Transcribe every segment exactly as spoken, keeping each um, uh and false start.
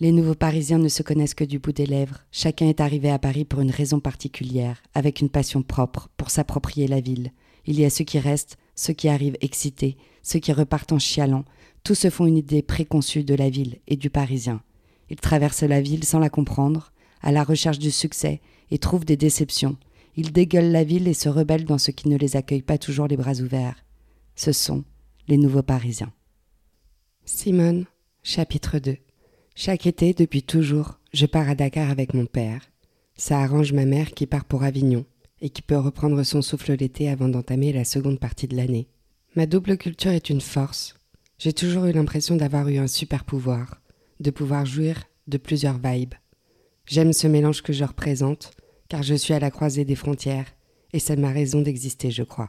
Les nouveaux Parisiens ne se connaissent que du bout des lèvres. Chacun est arrivé à Paris pour une raison particulière, avec une passion propre, pour s'approprier la ville. Il y a ceux qui restent, ceux qui arrivent excités, ceux qui repartent en chialant. Tous se font une idée préconçue de la ville et du Parisien. Ils traversent la ville sans la comprendre, à la recherche du succès, et trouvent des déceptions. Ils dégueulent la ville et se rebellent dans ce qui ne les accueille pas toujours les bras ouverts. Ce sont les nouveaux Parisiens. Simone, chapitre deux. Chaque été, depuis toujours, je pars à Dakar avec mon père. Ça arrange ma mère qui part pour Avignon et qui peut reprendre son souffle l'été avant d'entamer la seconde partie de l'année. Ma double culture est une force. J'ai toujours eu l'impression d'avoir eu un super pouvoir, de pouvoir jouir de plusieurs vibes. J'aime ce mélange que je représente, car je suis à la croisée des frontières, et c'est ma raison d'exister, je crois.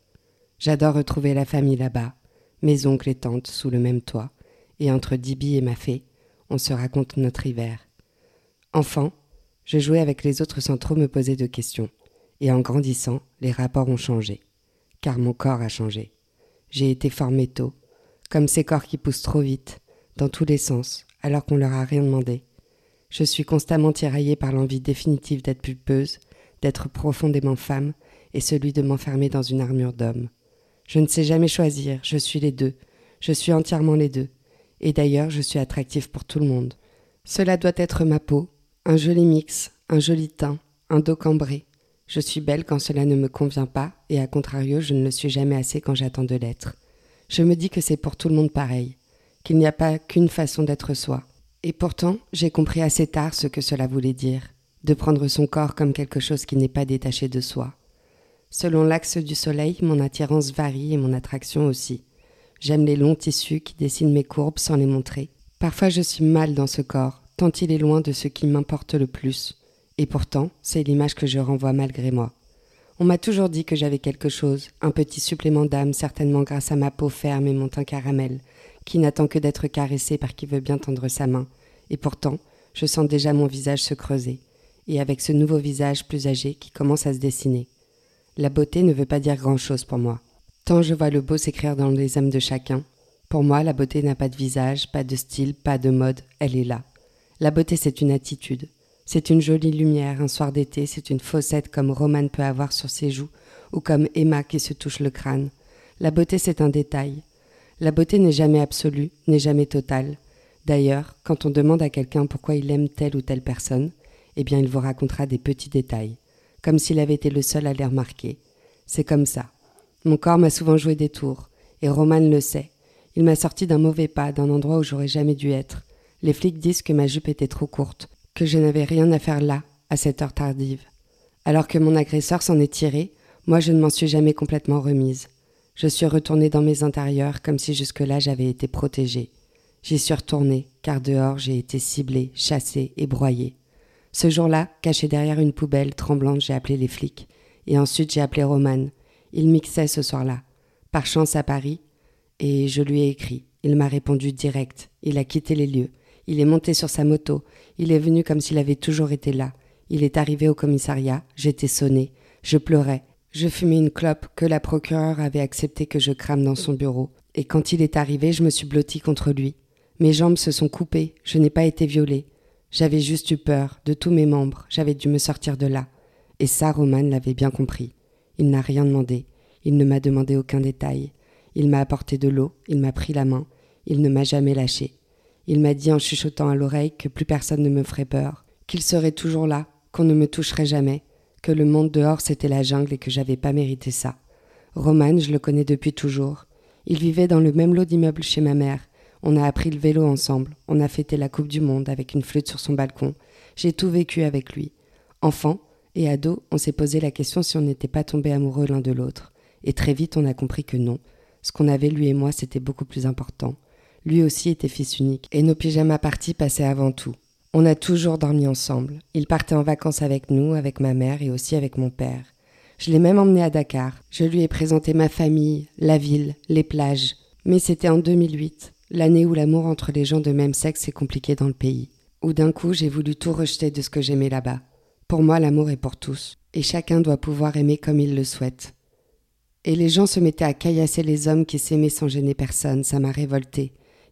J'adore retrouver la famille là-bas, mes oncles et tantes sous le même toit, et entre Dibi et ma fée, on se raconte notre hiver. Enfant, je jouais avec les autres sans trop me poser de questions, et en grandissant, les rapports ont changé, car mon corps a changé. J'ai été formée tôt, comme ces corps qui poussent trop vite, dans tous les sens, alors qu'on leur a rien demandé. Je suis constamment tiraillée par l'envie définitive d'être pulpeuse, d'être profondément femme, et celui de m'enfermer dans une armure d'homme. Je ne sais jamais choisir, je suis les deux, je suis entièrement les deux, et d'ailleurs je suis attractive pour tout le monde. Cela doit être ma peau, un joli mix, un joli teint, un dos cambré. Je suis belle quand cela ne me convient pas, et à contrario je ne le suis jamais assez quand j'attends de l'être. Je me dis que c'est pour tout le monde pareil, qu'il n'y a pas qu'une façon d'être soi. Et pourtant, j'ai compris assez tard ce que cela voulait dire, de prendre son corps comme quelque chose qui n'est pas détaché de soi. Selon l'axe du soleil, mon attirance varie et mon attraction aussi. J'aime les longs tissus qui dessinent mes courbes sans les montrer. Parfois je suis mal dans ce corps, tant il est loin de ce qui m'importe le plus. Et pourtant, c'est l'image que je renvoie malgré moi. On m'a toujours dit que j'avais quelque chose, un petit supplément d'âme, certainement grâce à ma peau ferme et mon teint caramel, qui n'attend que d'être caressé par qui veut bien tendre sa main. Et pourtant, je sens déjà mon visage se creuser, et avec ce nouveau visage plus âgé qui commence à se dessiner. La beauté ne veut pas dire grand-chose pour moi. Tant je vois le beau s'écrire dans les âmes de chacun, pour moi, la beauté n'a pas de visage, pas de style, pas de mode, elle est là. La beauté, c'est une attitude. C'est une jolie lumière, un soir d'été, c'est une fossette comme Romane peut avoir sur ses joues, ou comme Emma qui se touche le crâne. La beauté, c'est un détail. La beauté n'est jamais absolue, n'est jamais totale. D'ailleurs, quand on demande à quelqu'un pourquoi il aime telle ou telle personne, eh bien il vous racontera des petits détails, comme s'il avait été le seul à les remarquer. C'est comme ça. Mon corps m'a souvent joué des tours, et Romane le sait. Il m'a sorti d'un mauvais pas, d'un endroit où j'aurais jamais dû être. Les flics disent que ma jupe était trop courte, que je n'avais rien à faire là, à cette heure tardive. Alors que mon agresseur s'en est tiré, moi je ne m'en suis jamais complètement remise. Je suis retournée dans mes intérieurs comme si jusque-là j'avais été protégée. J'y suis retournée, car dehors j'ai été ciblée, chassée et broyée. Ce jour-là, cachée derrière une poubelle tremblante, j'ai appelé les flics. Et ensuite j'ai appelé Romane. Il mixait ce soir-là, par chance à Paris, et je lui ai écrit. Il m'a répondu direct. Il a quitté les lieux. Il est monté sur sa moto. Il est venu comme s'il avait toujours été là. Il est arrivé au commissariat. J'étais sonnée. Je pleurais. Je fumais une clope que la procureure avait accepté que je crame dans son bureau. Et quand il est arrivé, je me suis blottie contre lui. Mes jambes se sont coupées. Je n'ai pas été violée. J'avais juste eu peur de tous mes membres. J'avais dû me sortir de là. Et ça, Romane l'avait bien compris. Il n'a rien demandé. Il ne m'a demandé aucun détail. Il m'a apporté de l'eau. Il m'a pris la main. Il ne m'a jamais lâché. Il m'a dit en chuchotant à l'oreille que plus personne ne me ferait peur, qu'il serait toujours là, qu'on ne me toucherait jamais, que le monde dehors c'était la jungle et que j'avais pas mérité ça. Romane, je le connais depuis toujours. Il vivait dans le même lot d'immeubles chez ma mère. On a appris le vélo ensemble. On a fêté la Coupe du Monde avec une flûte sur son balcon. J'ai tout vécu avec lui. Enfant et ado, on s'est posé la question si on n'était pas tombés amoureux l'un de l'autre. Et très vite, on a compris que non. Ce qu'on avait, lui et moi, c'était beaucoup plus important. Lui aussi était fils unique, et nos pyjamas parties passaient avant tout. On a toujours dormi ensemble. Il partait en vacances avec nous, avec ma mère et aussi avec mon père. Je l'ai même emmené à Dakar. Je lui ai présenté ma famille, la ville, les plages. Mais c'était en deux mille huit, l'année où l'amour entre les gens de même sexe est compliqué dans le pays. Où d'un coup, j'ai voulu tout rejeter de ce que j'aimais là-bas. Pour moi, l'amour est pour tous, et chacun doit pouvoir aimer comme il le souhaite. Et les gens se mettaient à caillasser les hommes qui s'aimaient sans gêner personne, ça m'a révoltée.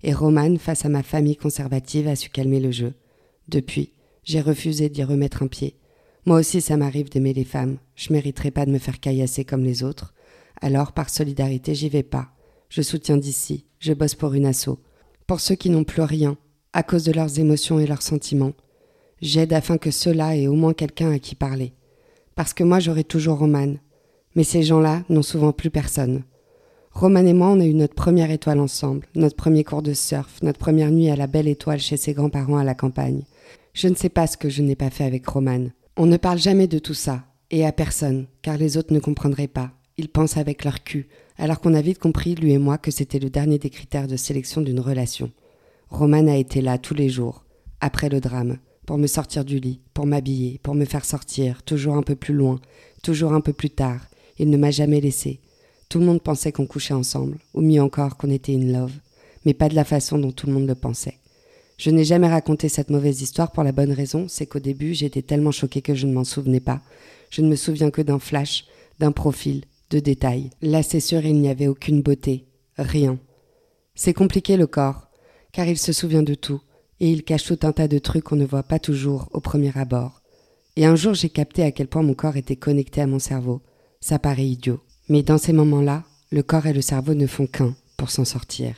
Et Roman, face à ma famille conservative, a su calmer le jeu. Depuis, j'ai refusé d'y remettre un pied. Moi aussi, ça m'arrive d'aimer les femmes. Je mériterais pas de me faire caillasser comme les autres. Alors, par solidarité, j'y vais pas. Je soutiens d'ici. Je bosse pour une asso. Pour ceux qui n'ont plus rien, à cause de leurs émotions et leurs sentiments. J'aide afin que ceux-là aient au moins quelqu'un à qui parler. Parce que moi, j'aurai toujours Roman. Mais ces gens-là n'ont souvent plus personne. Roman et moi, on a eu notre première étoile ensemble, notre premier cours de surf, notre première nuit à la Belle Étoile chez ses grands-parents à la campagne. Je ne sais pas ce que je n'ai pas fait avec Roman. On ne parle jamais de tout ça, et à personne, car les autres ne comprendraient pas. Ils pensent avec leur cul, alors qu'on a vite compris, lui et moi, que c'était le dernier des critères de sélection d'une relation. Roman a été là tous les jours, après le drame, pour me sortir du lit, pour m'habiller, pour me faire sortir, toujours un peu plus loin, toujours un peu plus tard. Il ne m'a jamais laissé. Tout le monde pensait qu'on couchait ensemble, ou mieux encore qu'on était in love, mais pas de la façon dont tout le monde le pensait. Je n'ai jamais raconté cette mauvaise histoire pour la bonne raison, c'est qu'au début j'étais tellement choquée que je ne m'en souvenais pas. Je ne me souviens que d'un flash, d'un profil, de détails. Là c'est sûr il n'y avait aucune beauté, rien. C'est compliqué le corps, car il se souvient de tout, et il cache tout un tas de trucs qu'on ne voit pas toujours au premier abord. Et un jour j'ai capté à quel point mon corps était connecté à mon cerveau. Ça paraît idiot. Mais dans ces moments-là, le corps et le cerveau ne font qu'un pour s'en sortir.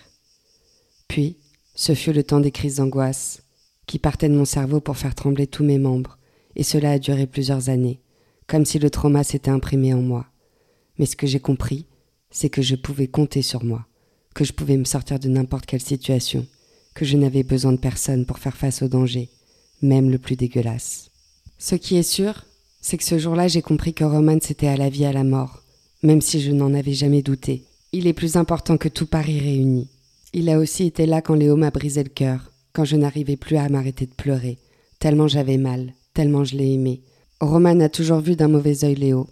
Puis, ce fut le temps des crises d'angoisse, qui partaient de mon cerveau pour faire trembler tous mes membres, et cela a duré plusieurs années, comme si le trauma s'était imprimé en moi. Mais ce que j'ai compris, c'est que je pouvais compter sur moi, que je pouvais me sortir de n'importe quelle situation, que je n'avais besoin de personne pour faire face au danger, même le plus dégueulasse. Ce qui est sûr, c'est que ce jour-là, j'ai compris que Roman c'était à la vie et à la mort, même si je n'en avais jamais douté. Il est plus important que tout Paris réuni. Il a aussi été là quand Léo m'a brisé le cœur, quand je n'arrivais plus à m'arrêter de pleurer, tellement j'avais mal, tellement je l'ai aimé. Roman a toujours vu d'un mauvais œil Léo.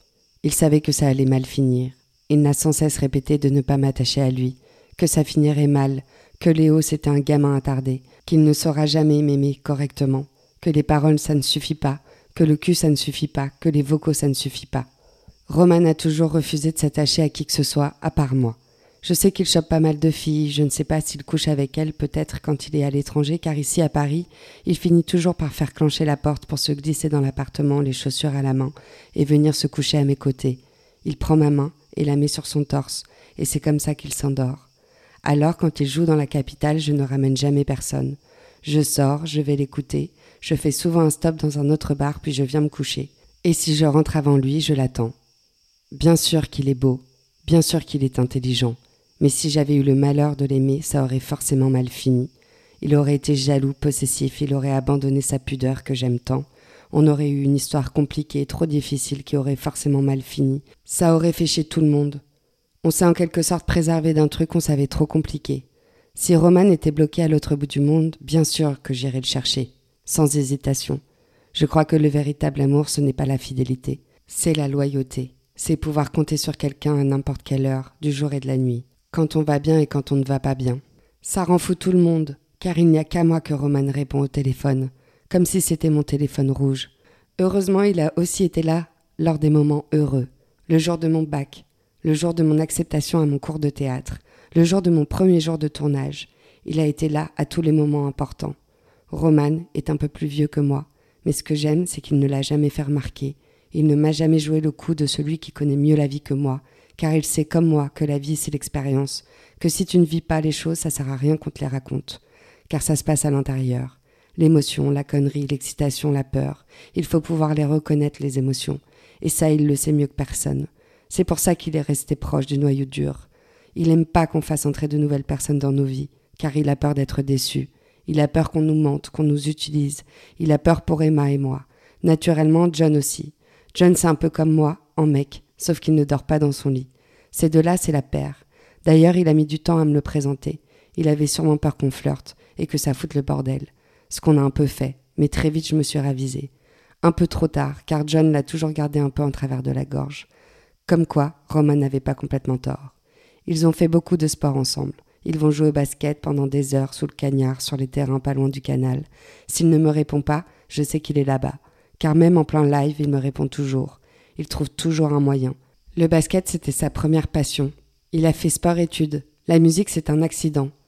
Il savait que ça allait mal finir. Il n'a sans cesse répété de ne pas m'attacher à lui, que ça finirait mal, que Léo c'était un gamin attardé, qu'il ne saura jamais m'aimer correctement, que les paroles ça ne suffit pas, que le cul ça ne suffit pas, que les vocaux ça ne suffit pas. Roman a toujours refusé de s'attacher à qui que ce soit, à part moi. Je sais qu'il chope pas mal de filles, je ne sais pas s'il couche avec elles, peut-être quand il est à l'étranger, car ici à Paris, il finit toujours par faire clencher la porte pour se glisser dans l'appartement, les chaussures à la main, et venir se coucher à mes côtés. Il prend ma main et la met sur son torse, et c'est comme ça qu'il s'endort. Alors, quand il joue dans la capitale, je ne ramène jamais personne. Je sors, je vais l'écouter, je fais souvent un stop dans un autre bar, puis je viens me coucher. Et si je rentre avant lui, je l'attends. Bien sûr qu'il est beau, bien sûr qu'il est intelligent, mais si j'avais eu le malheur de l'aimer, ça aurait forcément mal fini. Il aurait été jaloux, possessif, il aurait abandonné sa pudeur que j'aime tant. On aurait eu une histoire compliquée, trop difficile, qui aurait forcément mal fini. Ça aurait fait chier tout le monde. On s'est en quelque sorte préservé d'un truc qu'on savait trop compliqué. Si Roman était bloqué à l'autre bout du monde, bien sûr que j'irais le chercher, sans hésitation. Je crois que le véritable amour, ce n'est pas la fidélité, c'est la loyauté. C'est pouvoir compter sur quelqu'un à n'importe quelle heure, du jour et de la nuit, quand on va bien et quand on ne va pas bien. Ça rend fou tout le monde, car il n'y a qu'à moi que Roman répond au téléphone, comme si c'était mon téléphone rouge. Heureusement, il a aussi été là lors des moments heureux, le jour de mon bac, le jour de mon acceptation à mon cours de théâtre, le jour de mon premier jour de tournage. Il a été là à tous les moments importants. Roman est un peu plus vieux que moi, mais ce que j'aime, c'est qu'il ne l'a jamais fait remarquer. Il ne m'a jamais joué le coup de celui qui connaît mieux la vie que moi, car il sait comme moi que la vie c'est l'expérience, que si tu ne vis pas les choses, ça sert à rien qu'on te les raconte, car ça se passe à l'intérieur. L'émotion, la connerie, l'excitation, la peur, il faut pouvoir les reconnaître les émotions, et ça il le sait mieux que personne. C'est pour ça qu'il est resté proche du noyau dur. Il n'aime pas qu'on fasse entrer de nouvelles personnes dans nos vies, car il a peur d'être déçu. Il a peur qu'on nous mente, qu'on nous utilise. Il a peur pour Emma et moi. Naturellement, John aussi. John, c'est un peu comme moi, en mec, sauf qu'il ne dort pas dans son lit. Ces deux-là, c'est la paire. D'ailleurs, il a mis du temps à me le présenter. Il avait sûrement peur qu'on flirte et que ça foute le bordel. Ce qu'on a un peu fait, mais très vite je me suis ravisée. Un peu trop tard, car John l'a toujours gardé un peu en travers de la gorge. Comme quoi, Roman n'avait pas complètement tort. Ils ont fait beaucoup de sport ensemble. Ils vont jouer au basket pendant des heures sous le cagnard, sur les terrains pas loin du canal. S'il ne me répond pas, je sais qu'il est là-bas. Car même en plein live, il me répond toujours. Il trouve toujours un moyen. Le basket, c'était sa première passion. Il a fait sport-études. La musique, c'est un accident.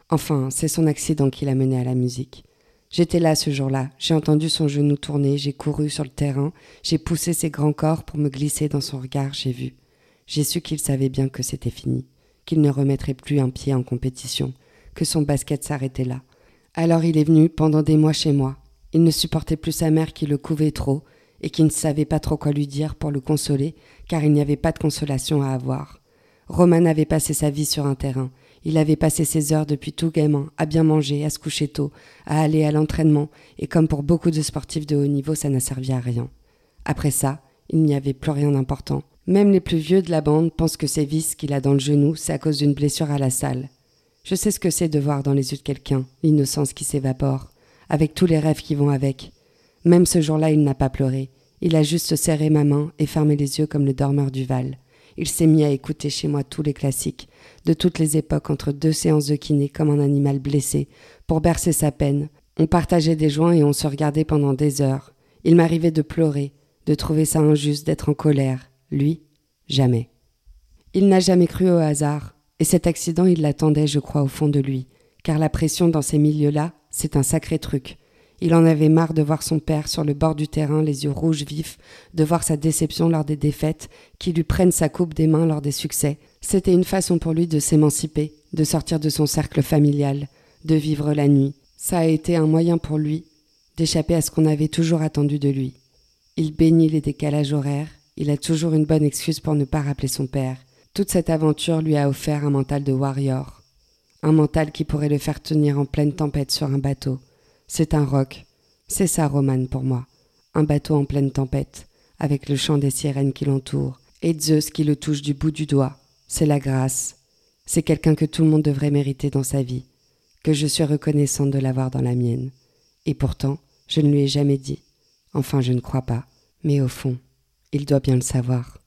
Enfin, c'est son accident qui l'a mené à la musique. J'étais là ce jour-là, j'ai entendu son genou tourner, j'ai couru sur le terrain, j'ai poussé ses grands corps pour me glisser dans son regard, j'ai vu. J'ai su qu'il savait bien que c'était fini, qu'il ne remettrait plus un pied en compétition, que son basket s'arrêtait là. Alors il est venu pendant des mois chez moi. Il ne supportait plus sa mère qui le couvait trop et qui ne savait pas trop quoi lui dire pour le consoler, car il n'y avait pas de consolation à avoir. Roman avait passé sa vie sur un terrain. Il avait passé ses heures depuis tout gamin, à bien manger, à se coucher tôt, à aller à l'entraînement, et comme pour beaucoup de sportifs de haut niveau, ça n'a servi à rien. Après ça, il n'y avait plus rien d'important. Même les plus vieux de la bande pensent que ces vis qu'il a dans le genou, c'est à cause d'une blessure à la salle. Je sais ce que c'est de voir dans les yeux de quelqu'un l'innocence qui s'évapore, avec tous les rêves qui vont avec. Même ce jour-là, il n'a pas pleuré. Il a juste serré ma main et fermé les yeux comme le dormeur du Val. Il s'est mis à écouter chez moi tous les classiques, de toutes les époques entre deux séances de kiné comme un animal blessé, pour bercer sa peine. On partageait des joints et on se regardait pendant des heures. Il m'arrivait de pleurer, de trouver ça injuste, d'être en colère. Lui, jamais. Il n'a jamais cru au hasard, et cet accident il l'attendait, je crois, au fond de lui, car la pression dans ces milieux-là, c'est un sacré truc. Il en avait marre de voir son père sur le bord du terrain, les yeux rouges vifs, de voir sa déception lors des défaites, qu'il lui prenne sa coupe des mains lors des succès. C'était une façon pour lui de s'émanciper, de sortir de son cercle familial, de vivre la nuit. Ça a été un moyen pour lui d'échapper à ce qu'on avait toujours attendu de lui. Il bénit les décalages horaires, il a toujours une bonne excuse pour ne pas rappeler son père. Toute cette aventure lui a offert un mental de warrior, un mental qui pourrait le faire tenir en pleine tempête sur un bateau. C'est un roc, c'est ça Roman pour moi, un bateau en pleine tempête, avec le chant des sirènes qui l'entourent, et Zeus qui le touche du bout du doigt. C'est la grâce, c'est quelqu'un que tout le monde devrait mériter dans sa vie, que je suis reconnaissante de l'avoir dans la mienne. Et pourtant, je ne lui ai jamais dit, enfin je ne crois pas, mais au fond, il doit bien le savoir.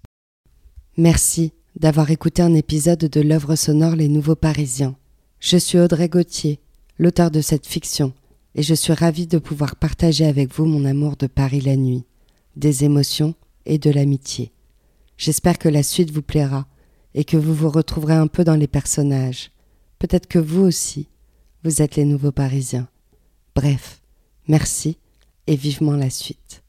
Merci d'avoir écouté un épisode de l'œuvre sonore Les Nouveaux Parisiens. Je suis Audrey Gauthier, l'auteur de cette fiction, et je suis ravie de pouvoir partager avec vous mon amour de Paris la nuit, des émotions et de l'amitié. J'espère que la suite vous plaira et que vous vous retrouverez un peu dans les personnages. Peut-être que vous aussi, vous êtes les nouveaux Parisiens. Bref, merci et vivement la suite.